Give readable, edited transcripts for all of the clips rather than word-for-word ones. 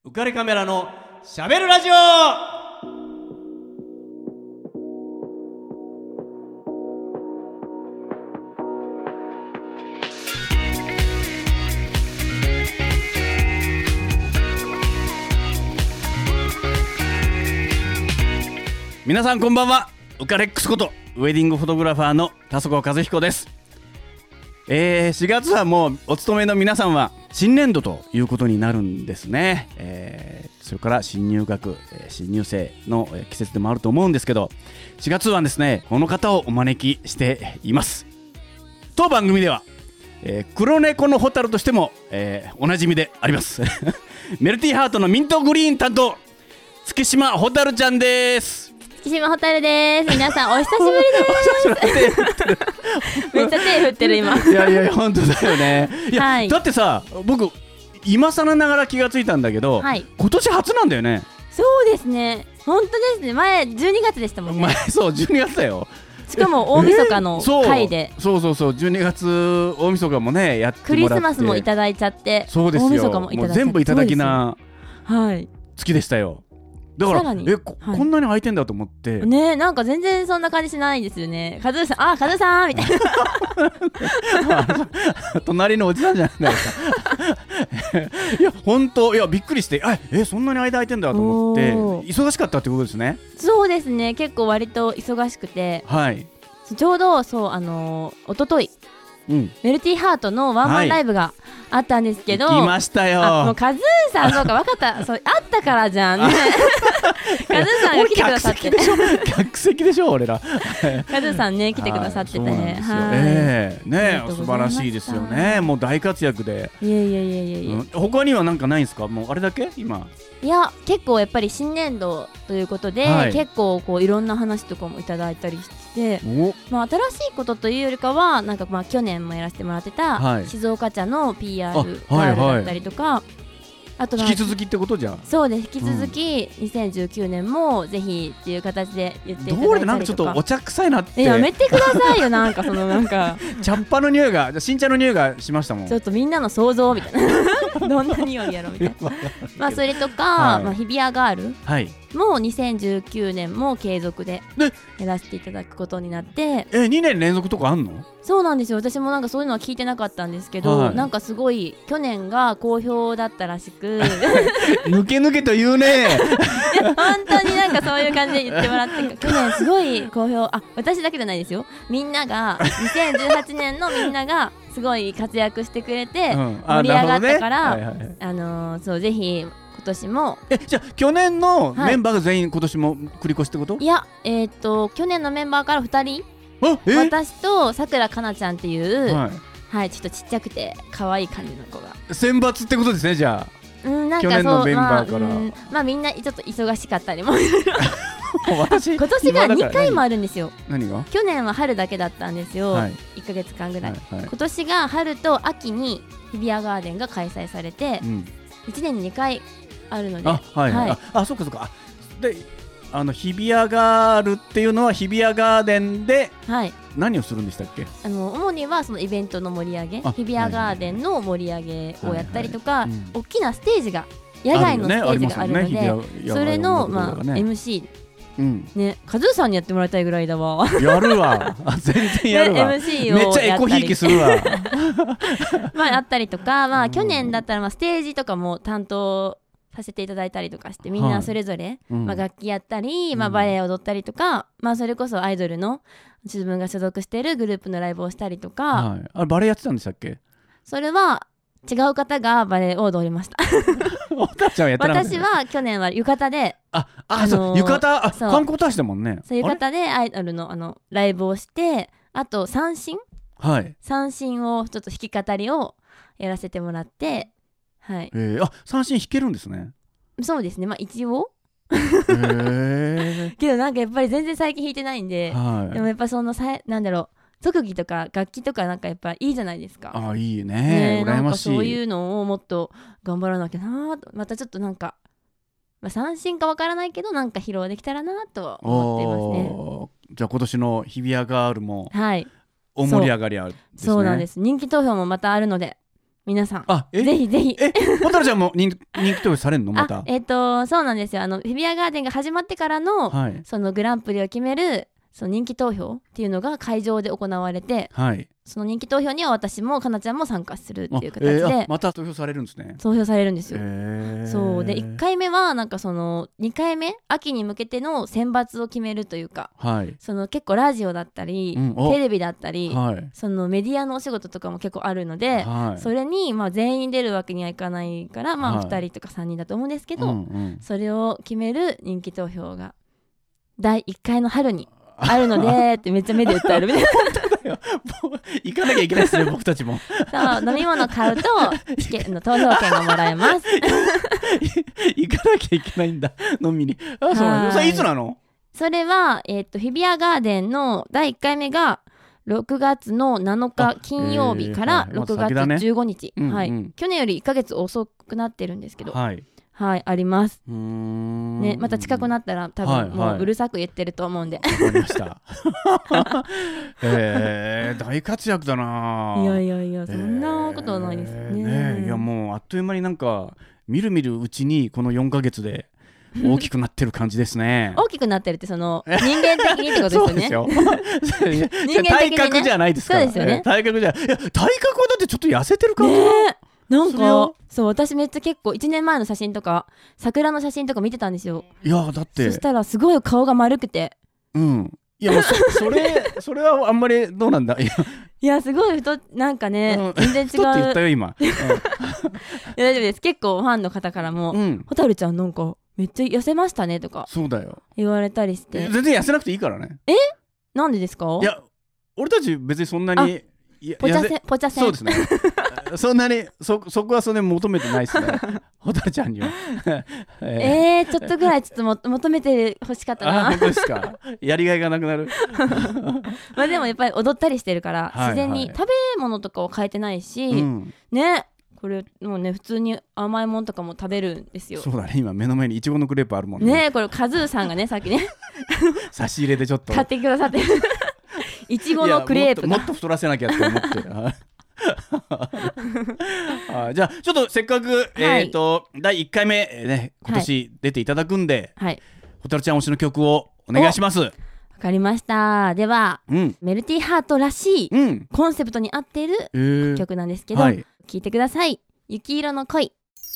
浮かれカメラのしゃべるラジオ。皆さんこんばんは。ウカレックスことウェディングフォトグラファーの田底和彦です。4月はもうお勤めの皆さんは新年度ということになるんですね。それから新入学、新入生の季節でもあると思うんですけど、4月はですね、この方をお招きしています。当番組では、黒猫のホタルとしても、おなじみでありますメルティーハートのミントグリーン担当月島ホタルちゃんです。 月島ホタルです。皆さんお久しぶりですめっちゃ手振ってる今。 いや本当だよね。いや、 はい、 だってさ、僕今更ながら気がついたんだけど、はい、今年初なんだよね。 そうですね、本当ですね。前12月でしたもんね。 そう12月だよ。 しかも大晦日の回で、 そう12月大晦日もねやってもらって、 クリスマスもいただいちゃって、 そうですよ、 大晦日もいただいちゃって、もう全部いただきな月でしたよ。だからはい、 こんなに空いてんだと思ってね。なんか全然そんな感じしないですよね。カズーさん、カズーさんみたいな隣のおじさんじゃないですかいや本当、いやびっくりして、そんなに間空いてんだと思って。忙しかったってことですね。 そうですね、結構割と忙しくて、 はい、 ちょうどそう一昨日メルティーハートのワンマンライブがあったんですけど、 行きましたよ。 もうカズーさん、そうか分かったそうあったからじゃんねカズーさんが来てくださって客席でしょ俺らカズーさんね来てくださってて、ね素晴らしいですよね。もう大活躍で。 いや、 他にはなんかないんですか？もうあれだけ今。 いや結構やっぱり新年度ということで、結構こういろんな話とかもいただいたりして、新しいことというよりかはなんか去年もやらせてもらってた、静岡茶の PR ガールだったりとか、あと引き続きってことじゃん。 そうです、引き続き、2019年もぜひっていう形で言っていただいたりとか。 どうでなんかちょっとお茶臭いなって。 やめてくださいよなんかそのなんか茶っ葉の匂いが、新茶の匂いがしましたもん。 ちょっとみんなの想像みたいなどんな匂いやろみたいなそれとか、日比谷ガールも2019年も継続でやらせていただくことになって、 2年連続とかあんの？そうなんですよ。私もなんかそういうのは聞いてなかったんですけど、なんかすごい去年が好評だったらしく抜けと言うね本当になんかそういう感じで言ってもらって去年すごい好評、私だけじゃないですよ、みんなが2018年のみんながすごい活躍してくれて盛り上がったから、そうぜひ今年も。 じゃあ去年のメンバーが全員今年も繰り越しってこと？ いや去年のメンバーから2人、私とさくらかなちゃんっていう、ちょっとちっちゃくて可愛い感じの子が選抜ってことですね。じゃあなんか去年のメンバーから、 みんなちょっと忙しかったりも今年が2回もあるんですよ。 何が？ 去年は春だけだったんですよ、1ヶ月間ぐらい、今年が春と秋に日比谷ガーデンが開催されて、1年に2回あるので、 そうかで、日比谷ガールっていうのは日比谷ガーデンで何をするんでしたっけ？ 主にはそのイベントの盛り上げ、日比谷ガーデンの盛り上げをやったりとか、大きなステージが野外のステージがあるので、それのMCね、カズーさんにやってもらいたいぐらいだわ。 やるわ全然やるわ MC をめっちゃエコひいきするわあったりとか、去年だったらステージとかも担当させていただいたりとかして、みんなそれぞれ、楽器やったり、バレエ踊ったりとか、それこそアイドルの自分が所属しているグループのライブをしたりとか、 あれバレエやってたんでしたっけ？それは違う方がバレエを踊りました私は去年は浴衣でそう浴衣観光大使だもんね。 そう浴衣でアイドルのライブをして、あと三線をちょっと弾き語りをやらせてもらって、 三線弾けるんですね。 そうですね、一応けどなんかやっぱり全然最近弾いてないんで、でもやっぱそのなんだろう、特技とか楽器とかなんかやっぱいいじゃないですか。 いいね、羨ましい。 そういうのをもっと頑張らなきゃなと、またちょっとなんか、三振かわからないけどなんか披露できたらなとは思っていますね。 じゃあ今年の日比谷ガールも大盛り上がりあるですね。 そうなんです。人気投票もまたあるので、 皆さんあ、 ぜひぜひ蛍ちゃんも人気投票されんのまた。 そうなんですよ。日比谷ガーデンが始まってからの、 はい、 そのグランプリを決めるその人気投票っていうのが会場で行われて、 はい、 その人気投票には私もかなちゃんも参加するっていう形で、 また投票されるんですね。 投票されるんですよ。そうで1回目はなんかその2回目秋に向けての選抜を決めるというか、 はい、 その結構ラジオだったり、テレビだったり、はい、そのメディアのお仕事とかも結構あるので、はい、それにまあ全員出るわけにはいかないから、まあ、2人とか3人だと思うんですけど、それを決める人気投票が第1回の春にあるのでってめっちゃ目で言ってあるみたいなもう行かなきゃいけないですね僕たちも。 そう飲み物買うと投票権がもらえます行かなきゃいけないんだ飲みに。あ、そうなんだ。それいつなの？それは、日比谷ガーデンの第1回目が6月の7日金曜日から6月15日、はい、去年より1ヶ月遅くなってるんですけど、はいはい、あります。ね、また近くなったら多分もううるさく言ってると思うんで。わかりました。 大活躍だな。 いやいやいや、そんなことはないですね。 いやもうあっという間になんかみるみるうちにこの4ヶ月で大きくなってる感じですね。 大きくなってるってその人間的にってことですよね。 そうですよ。人間的にね、体格じゃないですから。 そうですよね。 体格じゃ、いや体格はだってちょっと痩せてる感じ。 なんかそう私めっちゃ結構1年前の写真とか桜の写真とか見てたんですよ。 いやだってそしたらすごい顔が丸くて、 いやもうそれはあんまりどうなんだ。 いやすごいなんかね、全然違う。 太って言ったよ今。 いや大丈夫です。結構ファンの方からも蛍ちゃんなんかめっちゃ痩せましたねとかそうだよ言われたりして。 全然痩せなくていいからね。 なんでですか？ いや俺たち別にそんなにポチャセンそうですね。そんなにそこはそんなに求めてないですね蛍ちゃんには。 ちょっとぐらいちょっと求めてほしかったな。 本当ですか？やりがいがなくなる。 まあでもやっぱり踊ったりしてるから、自然に食べ物とかを変えてないし、ねこれもうね普通に甘いものとかも食べるんですよ。 そうだね、今目の前にいちごのクレープあるもんね。 ねこれカズーさんがねさっきね差し入れでちょっと買ってくださっていちごのクレープもっと太らせなきゃって思ってじゃあちょっとせっかく、第1回目、ね、今年出ていただくんで、蛍ちゃん推しの曲をお願いします。 わかりました。では、メルティハートらしい、コンセプトに合っている曲なんですけど、聴いてください。雪色の恋。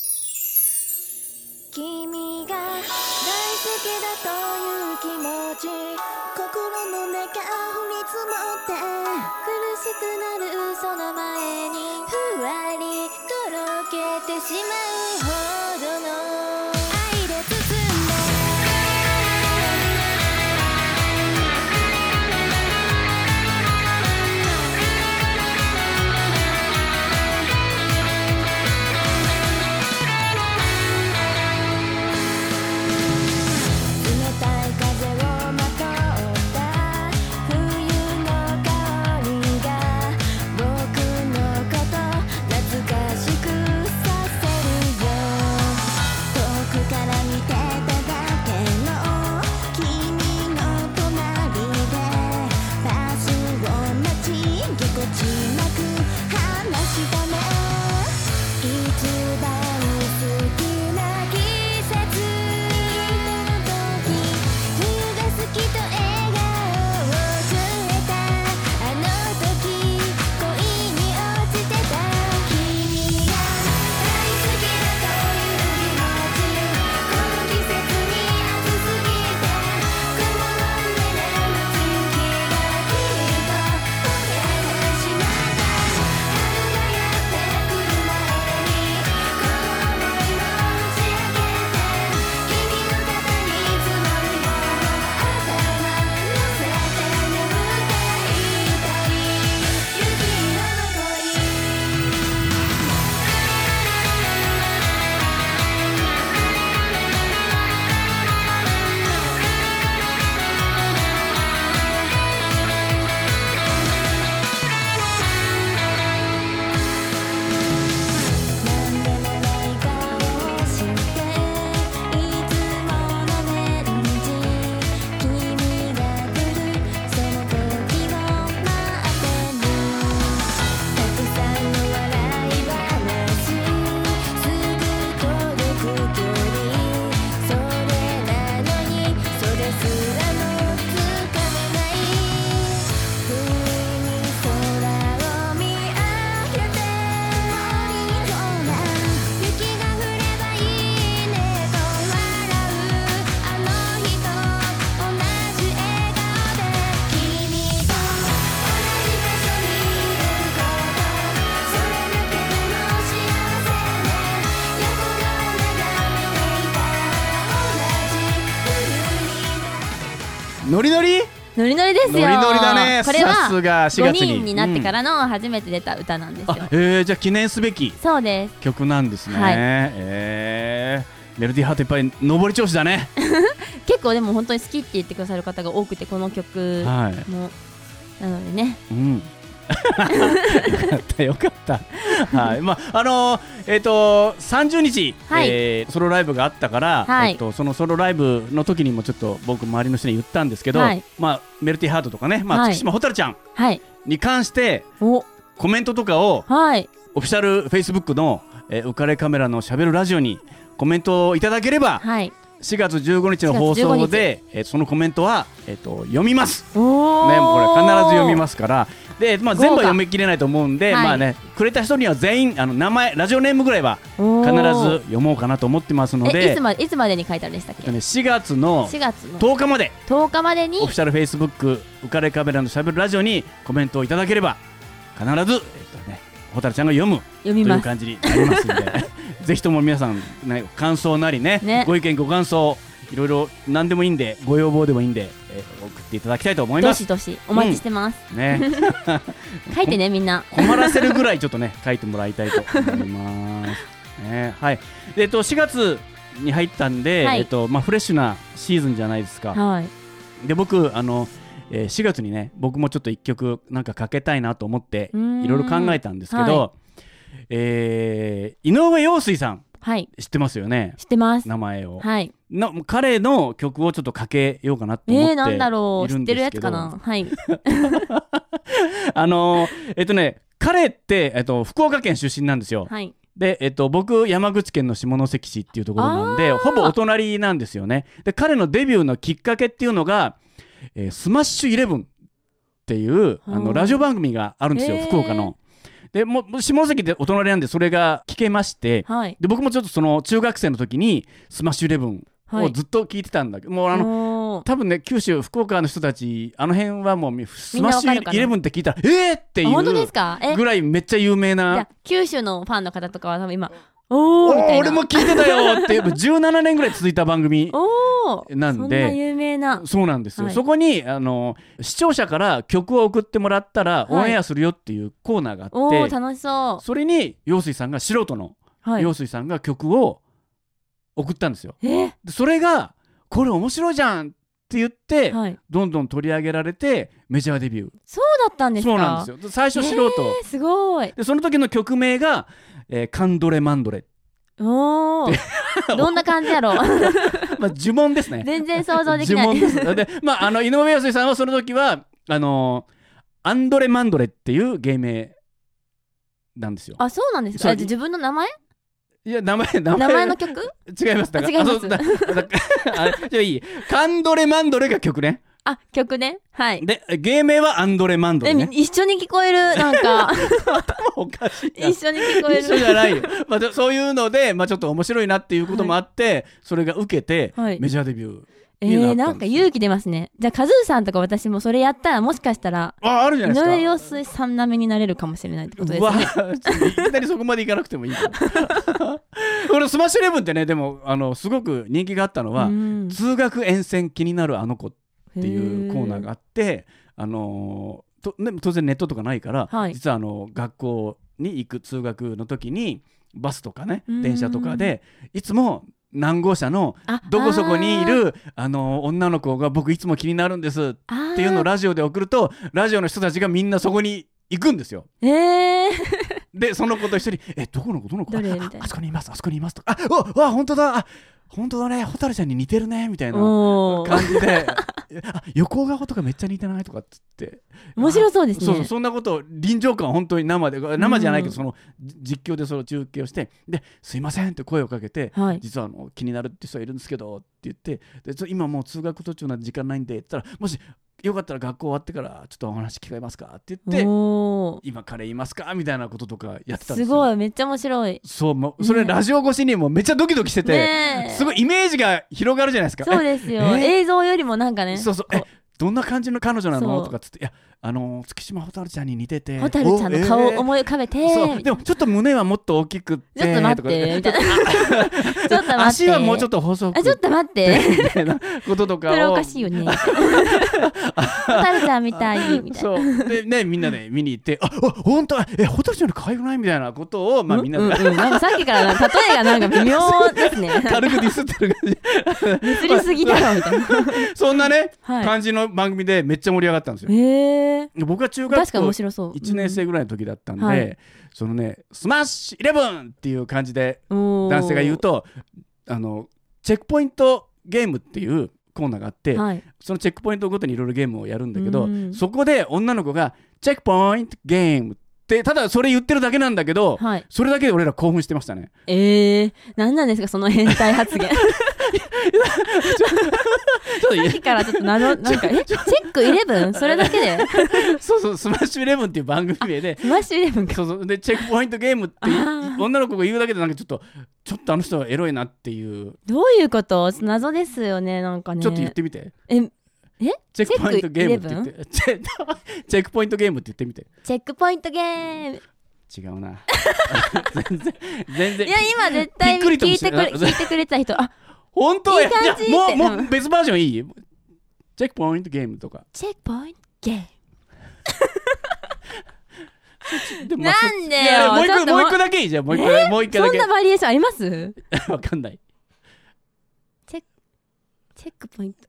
君が大好きだという気持ち、心の中降り積もって苦しくなるその前にふわりとろけてしまうほどの愛で包んでノリノリノリノリですよ。 ノリノリだね。 これはさすが4 5 月に人になってからの初めて出た歌なんですよ。 じゃあ記念すべきそうです曲なんですね、 はい。 メロディーハートやっぱり上り調子だね結構でも本当に好きって言ってくださる方が多くて、この曲も、 はい、 なのでね、 よかったはい、まあ30日、 はい、 ソロライブがあったから、 はい、 そのソロライブの時にもちょっと僕周りの人に言ったんですけど、 はい、 まあ、メルティーハートとかね、まあ、 はい、 月島蛍ちゃんに関してコメントとかを、 はい、 オフィシャルフェイスブックの、浮かれカメラのしゃべるラジオにコメントをいただければ、 はい、 4月15日の放送で、そのコメントは、読みます、ね、 ここれ必ず読みますからで、まあ、全部は読み切れないと思うんで、まあね、くれた人には全員名前ラジオネームぐらいは必ず読もうかなと思ってますので、 いつまでに書いてあるんでしたっけ。 4月の10日までにオフィシャルフェイスブック浮かれカメラのしゃべるラジオにコメントをいただければ必ず、蛍ちゃんが読むという感じになりますのでぜひとも皆さん、ね、感想なり ね、ご意見ご感想いろいろ何でもいいんで、ご要望でもいいんで、送っていただきたいと思います。 どしどしお待ちしてます、ね書いてね、みんな困らせるぐらいちょっとね書いてもらいたいと思います、ね、はい。で、4月に入ったんで、 はい、 まあ、フレッシュなシーズンじゃないですか、 はい、 で僕4月にね僕もちょっと1曲なんかかけたいなと思っていろいろ考えたんですけど、井上陽水さん、はい、知ってますよね。 知ってます、 名前を、 はい、 彼の曲をちょっとかけようかなと思っているんですけど、 なんだろう、知ってるやつかな、はい、 彼って、福岡県出身なんですよ、はい、で、僕山口県の下関市っていうところなんでほぼお隣なんですよね。で、彼のデビューのきっかけっていうのが、スマッシュイレブンっていうラジオ番組があるんですよ、福岡の。でもう下関でお隣なんでそれが聞けまして、はい、で僕もちょっとその中学生の時にスマッシュイレブンをずっと聞いてたんだけど、はい、もう多分ね九州福岡の人たちあの辺はもうスマッシュイレブンって聞いたらっていうぐらいめっちゃ有名な。 九州のファンの方とかは多分今俺も聞いてたよって17年ぐらい続いた番組なんで、 そんな有名な。 そうなんですよ、はい、そこに視聴者から曲を送ってもらったらオンエアするよっていうコーナーがあって、 はい、楽しそう。 それに陽水さんが素人の陽水さんが曲を送ったんですよ。でそれがこれ面白いじゃんって言って、はい、どんどん取り上げられてメジャーデビュー。 そうだったんですか。 そうなんですよ。最初素人、 すごい。 でその時の曲名がカンドレマンドレ。 どんな感じやろうまあ呪文ですね。 全然想像できない。 呪文ですで、まあ、井上陽水さんはその時はアンドレマンドレっていう芸名なんですよ。 あ、そうなんですか。自分の名前？ いや、名前の曲？ 違います。 違います。 じゃあいい。カンドレマンドレが曲ね。 あ、曲ね。はい。 で、芸名はアンドレマンドレね。 一緒に聞こえる、なんか。 頭おかしいな。 一緒に聞こえる。 一緒じゃないよ。まあ、そういうので、まあ、ちょっと面白いなっていうこともあって、はい、それが受けて、はい、メジャーデビュー。 なんか勇気出ますね。じゃあカズーさんとか私もそれやったらもしかしたらあるじゃないですか。 井上陽水さん並みになれるかもしれないってことですね。 いきなりそこまでいかなくてもいいこのスマッシュイレブンってね、でもすごく人気があったのは通学沿線気になるあの子っていうコーナーがあって、当然ネットとかないから、はい、実は学校に行く通学の時にバスとかね電車とかでいつも何号車のどこそこにいる女の子が僕いつも気になるんですっていうのをラジオで送ると、ラジオの人たちがみんなそこに行くんですよ。でその子と一緒にどこの子あそこにいますあそこにいますとか、わ本当だ本当だね、蛍ちゃんに似てるねみたいな感じで横顔とかめっちゃ似てないとかっつって面白そうですね。 そんなこと臨場感本当に生じゃないけど、その実況でその中継をしてですいませんって声をかけて、はい、実は気になるって人がいるんですけどって言って、で今もう通学途中なんで時間ないんでって言ったら、もしよかったら学校終わってからちょっとお話聞かれますかって言って、今彼いますかみたいなこととかやってたんですよ。 すごい、めっちゃ面白い。 それラジオ越しにもめっちゃドキドキしてて、すごいイメージが広がるじゃないですか。 そうですよ、映像よりもなんかね、 そうどんな感じの彼女なのそうとかつって、いや月島蛍ちゃんに似てて、 蛍ちゃんの顔を思い浮かべて、 そうでもちょっと胸はもっと大きくってちょっと待ってみたいなちょっと待って足はもうちょっと細くちょっと待ってみたいなこととかをそれおかしいよね蛍ちゃんみたいみたいなそうでね、みんなで見に行って本当蛍ちゃんより可愛くないみたいなことを、まあ、みんなで、 なんかさっきから例えがなんか微妙ですね軽くディスってる感じディスりすぎだろみたいなそんなね、 はい感じの番組でめっちゃ盛り上がったんですよ。僕は中学確かに校面白そう 1年生ぐらいの時だったんで、 はいそのねスマッシュイレブンっていう感じで男性が言うとチェックポイントゲームっていうコーナーがあって、 はいそのチェックポイントごとにいろいろゲームをやるんだけど、 うんそこで女の子がチェックポイントゲームってただそれ言ってるだけなんだけど、 はいそれだけで俺ら興奮してましたね。 何なんですかその変態発言ちょっとさっきからちょっとなんかチェック11それだけでそうスマッシュイレブンっていう番組名でスマッシュ11かそうでチェックポイントゲームって女の子が言うだけでなんかちょっとあの人はエロいなっていうどういうこと謎ですよねなんかねちょっと言ってみてチェックポイントゲームって言ってチェックポイントゲームって言ってみてチェックポイントゲーム違うな全然いや今絶対びっくりとも聞いてくれた人本当いい感じいやもう別バージョンいいチェックポイントゲームとかチェックポイントゲームでもなんでよいやもうちょっと一個だけいいじゃんもう一個だけそんなバリエーションありますわかんないチェックポイント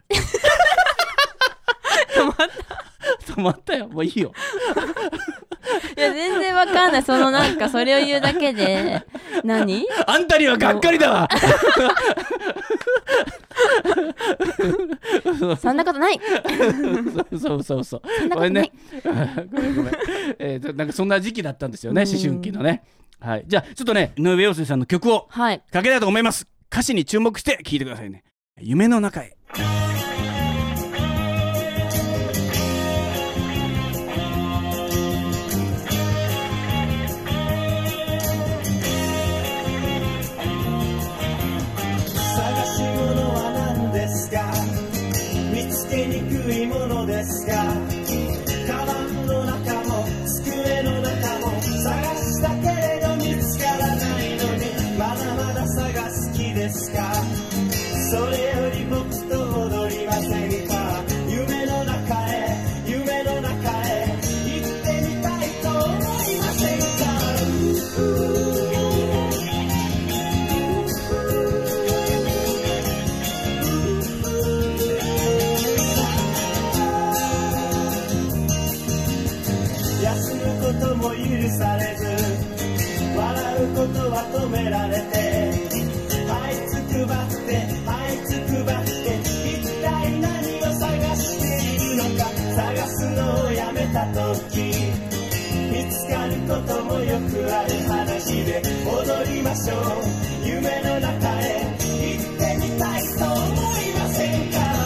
止まったよもういいよいや全然わかんないそのなんかそれを言うだけで何あんたにはがっかりだわそんなことないそうそんなことないごめんなんかそんな時期だったんですよね思春期のね。はい、じゃあちょっとね井上陽水さんの曲をかけたいと思います。歌詞に注目して聴いてくださいね。夢の中へ。 見つけにくいものですがカバンの中も机の中も探したけれど見つからないのにまだまだ探す気ですかそれより僕と踊りませんか夢の中へ夢の中へ行ってみたいと思いませんか休むことも許されず笑うことは止められてはいつくばってはいつくばって一体何を探しているのか探すのをやめた時見つかることもよくある話で踊りましょう夢の中へ行ってみたいと思いませんか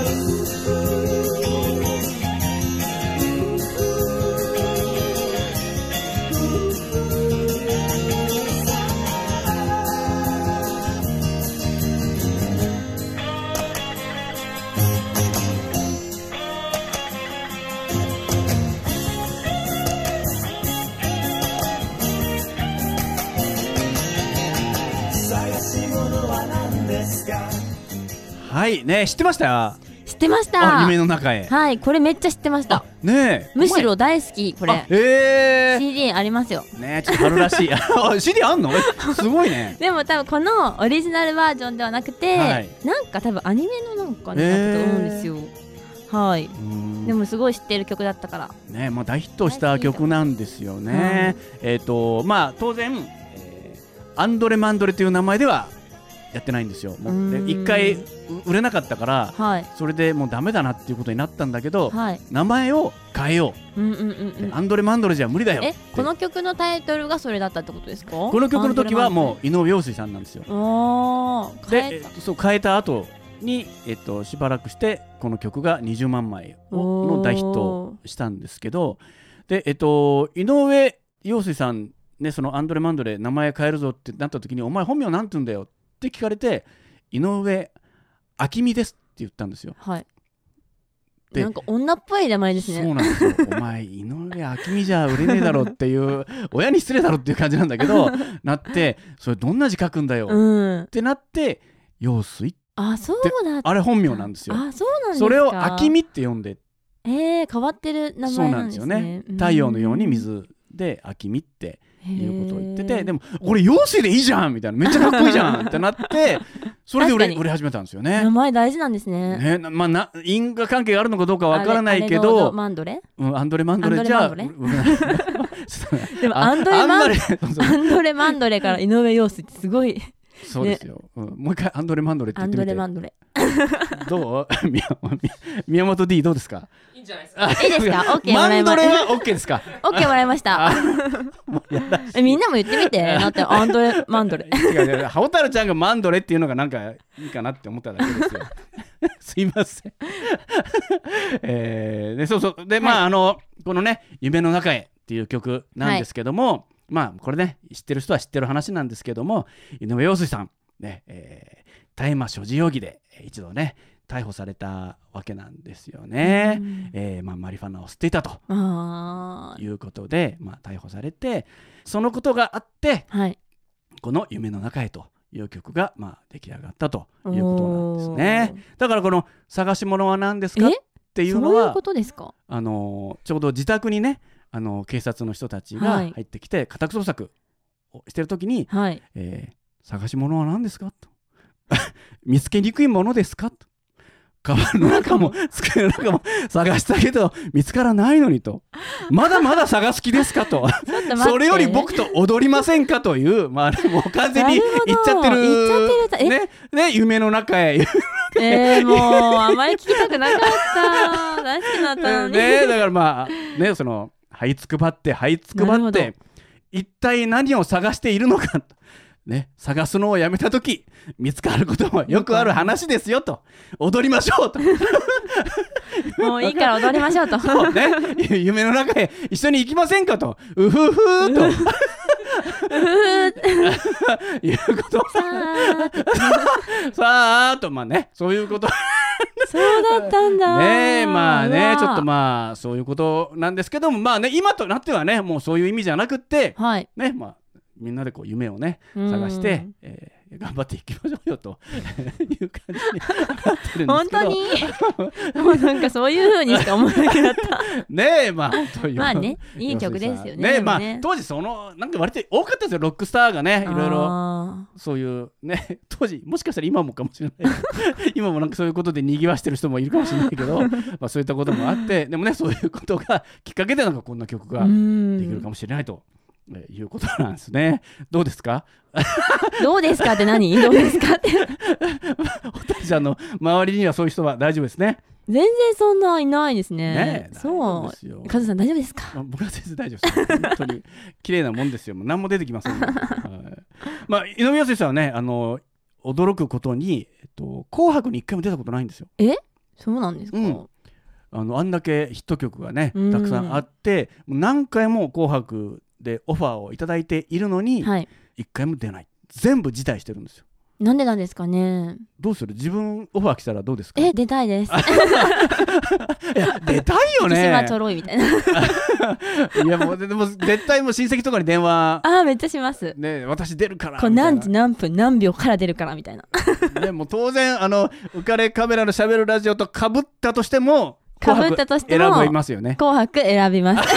はいね知ってました知ってました夢の中へ。 はいこれめっちゃ知ってましたねむしろ大好きこれCD ありますよねちょっと春らしいCD あんのすごいねでも多分このオリジナルバージョンではなくて、 はいなんか多分アニメのなんかねだったと思うんですよはいでもすごい知ってる曲だったからねもう大ヒットした曲なんですよね。まあ当然、アンドレマンドレという名前ではやってないんですよ。もう一回売れなかったから、はい、それでもうダメだなっていうことになったんだけど、はい、名前を変えよう、アンドレマンドレじゃ無理だよってこの曲のタイトルがそれだったってことですか？ この曲の時はもう井上陽水さんなんですよ。でそう変えた後に、しばらくしてこの曲が20万枚の大ヒットをしたんですけどで、井上陽水さんねそのアンドレマンドレ名前変えるぞってなった時にお前本名なんて言うんだよって聞かれて井上明美ですって言ったんですよ。はい、 なんか女っぽい名前ですね。 そうなんですよ。お前井上明美じゃ売れねえだろっていう親に失礼だろっていう感じなんだけどなって、それどんな字書くんだよってなって陽水、 あ、そうだった。 あれ本名なんですよ。 あ、そうなんですか。 それを明美って呼んで、 変わってる名前なんですね。 そうなんですよね。太陽のように水で明美っていうことを言ってて、でもこれ陽水でいいじゃんみたいな、めっちゃかっこいいじゃんってなってそれで売れ始めたんですよね。 名前大事なんですね。 まあ因果関係があるのかどうかわからないけど、 アンドレマンドレ、 アンドレマンドレじゃでもアンドレマンドレから井上陽水ってすごい。 そうですよ、もう一回アンドレマンドレって言ってみて。 アンドレどう宮本 D どうですか。 いいんじゃないですか。 いいですか。OK マンドレは OK ですか。 OK もらいました。みんなも言ってみて。だってアンドレマンドレ。 違う、ハオタルちゃんがマンドレっていうのがなんかいいかなって思っただけですよ。すいません。でそうそうで、まあこのね夢の中へっていう曲なんですけども、まあこれね知ってる人は知ってる話なんですけども、井上陽水さんね、大麻所持容疑で一度ね逮捕されたわけなんですよね。マリファナを吸っていたということで、逮捕されて、そのことがあって、この夢の中へという曲が出来上がったということなんですね。だからこの探し物は何ですかっていうのは、 そういうことですか。 ちょうど自宅にね警察の人たちが入ってきて家宅捜索をしているときに、探し物は何ですかと見つけにくいものですかと、カバンの中も机の中も探したけど見つからないのにと、まだまだ探す気ですかとそれより僕と踊りませんかという、もう完全に行っちゃってるね、夢の中へもうあまり聞きたくなかった大好きだったのにだからその這いつくばって一体何を探しているのか探すのをやめたとき見つかることもよくある話ですよと、踊りましょうともういいから踊りましょうとそうね、夢の中へ一緒に行きませんかと、うふふーということさあとそういうことそうだったんだちょっとそういうことなんですけども、今となってはねもうそういう意味じゃなくって、みんなでこう夢をね探して、頑張っていきましょうよという感じになってるんですけど、 本当にもうなんかそういう風にしか思わなくなったというね、いい曲ですよね。 当時なんか割と多かったですよ、ロックスターがねいろいろそういうね、当時もしかしたら今もかもしれない今もなんかそういうことで賑わしてる人もいるかもしれないけどそういったこともあって、でもねそういうことがきっかけでなんかこんな曲ができるかもしれないということなんですね。どうですかどうですかって何どうですかっておたちゃんの周りにはそういう人は大丈夫ですね。 全然そんないないですね。そうカズさん大丈夫ですか。 僕は全然大丈夫です。本当に綺麗なもんですよ。もう何も出てきません、井上陽水さんはね驚くことに、紅白に一回も出たことないんですよ。 そうなんですか。 あんだけヒット曲がねたくさんあって、何回も紅白でオファーをいただいているのに、一回も出ない、全部辞退してるんですよ。 なんでなんですかね。 どうする、自分オファー来たらどうですか。 出たいですいや出たいよね。 私はちょろいみたいないやもうでも絶対もう親戚とかに電話めっちゃしますね、私出るから何時何分何秒から出るからみたいなでも当然浮かれカメラのしゃべるラジオとかぶったとしても選びますよね。 紅白選びます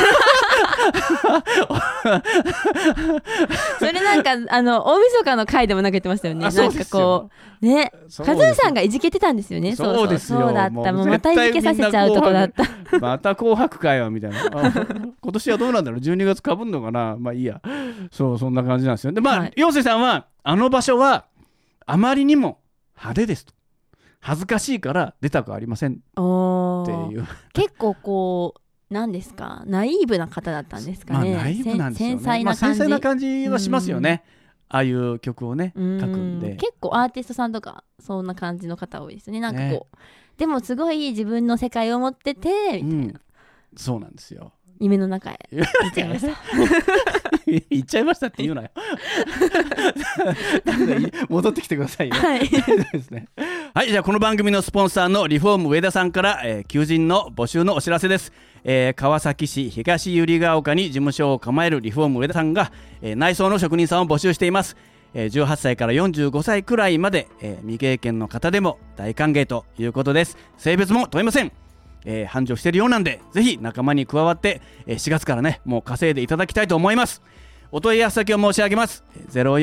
それなんか大晦日の回でも投げてましたよね。なんかこうね、カズーさんがいじけてたんですよね。そうだった。もうまたいじけさせちゃうとこだったまた紅白かよみたいな今年はどうなんだろう、12月かぶんのかな。いいや、そんな感じなんですよ。で陽水さんは場所はあまりにも派手ですと、恥ずかしいから出たくありませんっていう結構こう何ですか、ナイーブな方だったんですかね。 ナイーブなんですよね。 繊細な感じはしますよね。ああいう曲をね書くんで、 結構アーティストさんとかそんな感じの方多いですね。なんかこう、でもすごい自分の世界を持っててみたいな、 そうなんですよ。 夢の中へ行っちゃいました行っちゃいましたって言うなよ戻ってきてくださいよ。 はいですね。 はい、じゃあこの番組のスポンサーのリフォーム上田さんから、求人の募集のお知らせです。川崎市東百合ヶ丘に事務所を構えるリフォーム上田さんが、内装の職人さんを募集しています。18歳から45歳くらいまで、未経験の方でも大歓迎ということです。性別も問いません。繁盛しているようなんで、ぜひ仲間に加わって、4月からねもう稼いでいただきたいと思います。お問い合わせ先を申し上げます。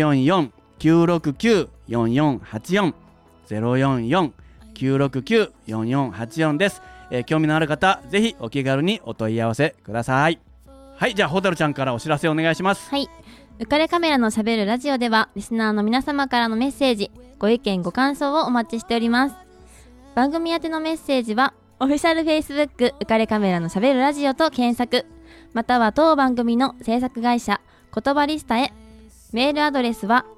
044-969-4484 044-969-4484 です。興味のある方ぜひお気軽にお問い合わせください。はい、じゃあホタルちゃんからお知らせお願いします。 はい、浮かれカメラのしゃべるラジオではリスナーの皆様からのメッセージ、ご意見ご感想をお待ちしております。番組宛てのメッセージはオフィシャル Facebook 浮かれカメラのしゃべるラジオと検索、または当番組の制作会社言葉リスタへ。メールアドレスは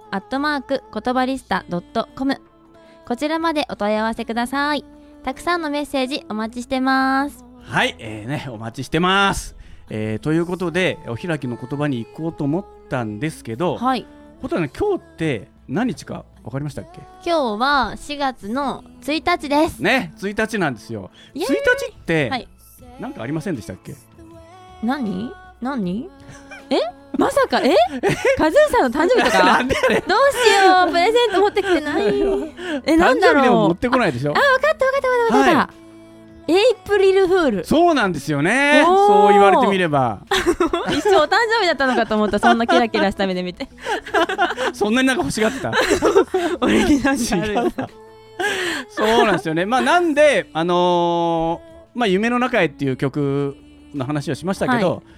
info@言葉リスタ.com、 こちらまでお問い合わせください。たくさんのメッセージお待ちしてます。 はい、お待ちしてます。ということでお開きの言葉に行こうと思ったんですけど、 はい、 ホタルね、今日って何日か分かりましたっけ？ 今日は4月の1日ですね。1日なんですよ。1日って、はい、なんかありませんでしたっけ？ 何まさかカズーさんの誕生日とかなんであれ、 どうしよう、プレゼント持ってきてないなんだろう、 誕生日でも持ってこないでしょ。 分かった、はい、エイプリルフール。 そうなんですよね。そう言われてみれば一生お誕生日だったのかと思った。そんなキラキラした目で見てそんなになんか欲しがってた俺になんかあるそうなんですよね。なんで夢の中へっていう曲の話をしましたけど、はい、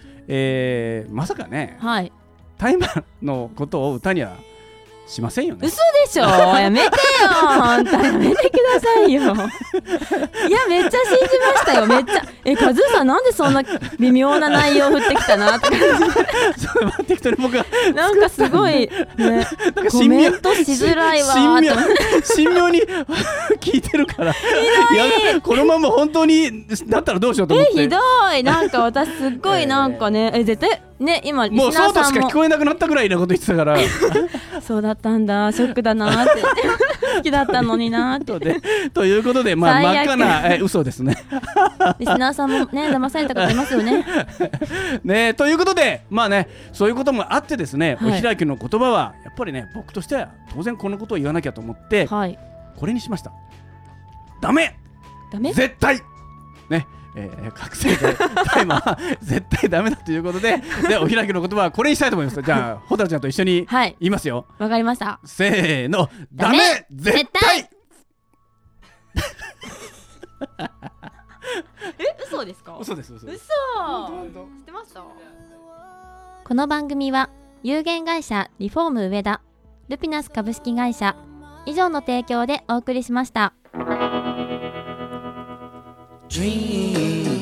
まさかね、はい、タイマーのことを歌にはしませんよね。 嘘でしょやめてよ本当やめてくださいよいやめっちゃ信じましたよ。めっちゃカズーさんなんでそんな微妙な内容振ってきたなって適当に僕がなんかすごい、ね、コメントしづらいわ神妙に聞いてるからいやこのまま本当にだったらどうしようと思ってひどい。なんか私すっごいなんかね、絶対ね今リスナーさんももうそうとしか聞こえなくなったぐらいなこと言ってたからそうだったんだ、ショックだなって好きだったのになってということで、真っ赤な嘘ですねリスナーさんもね騙された方いますよねね。ということでそういうこともあってですね、はい、お開きの言葉はやっぱりね僕としては当然このことを言わなきゃと思って、はい、これにしました。ダメ絶対ね、覚醒剤タイマー絶対ダメだということでお開きの言葉はこれにしたいと思います。じゃあホタルちゃんと一緒に言いますよ。 わかりました。 せーの、ダメ絶対嘘ですか？ 嘘です。 嘘知ってました？この番組は有限会社リフォーム上田、ルピナス株式会社以上の提供でお送りしました。Dream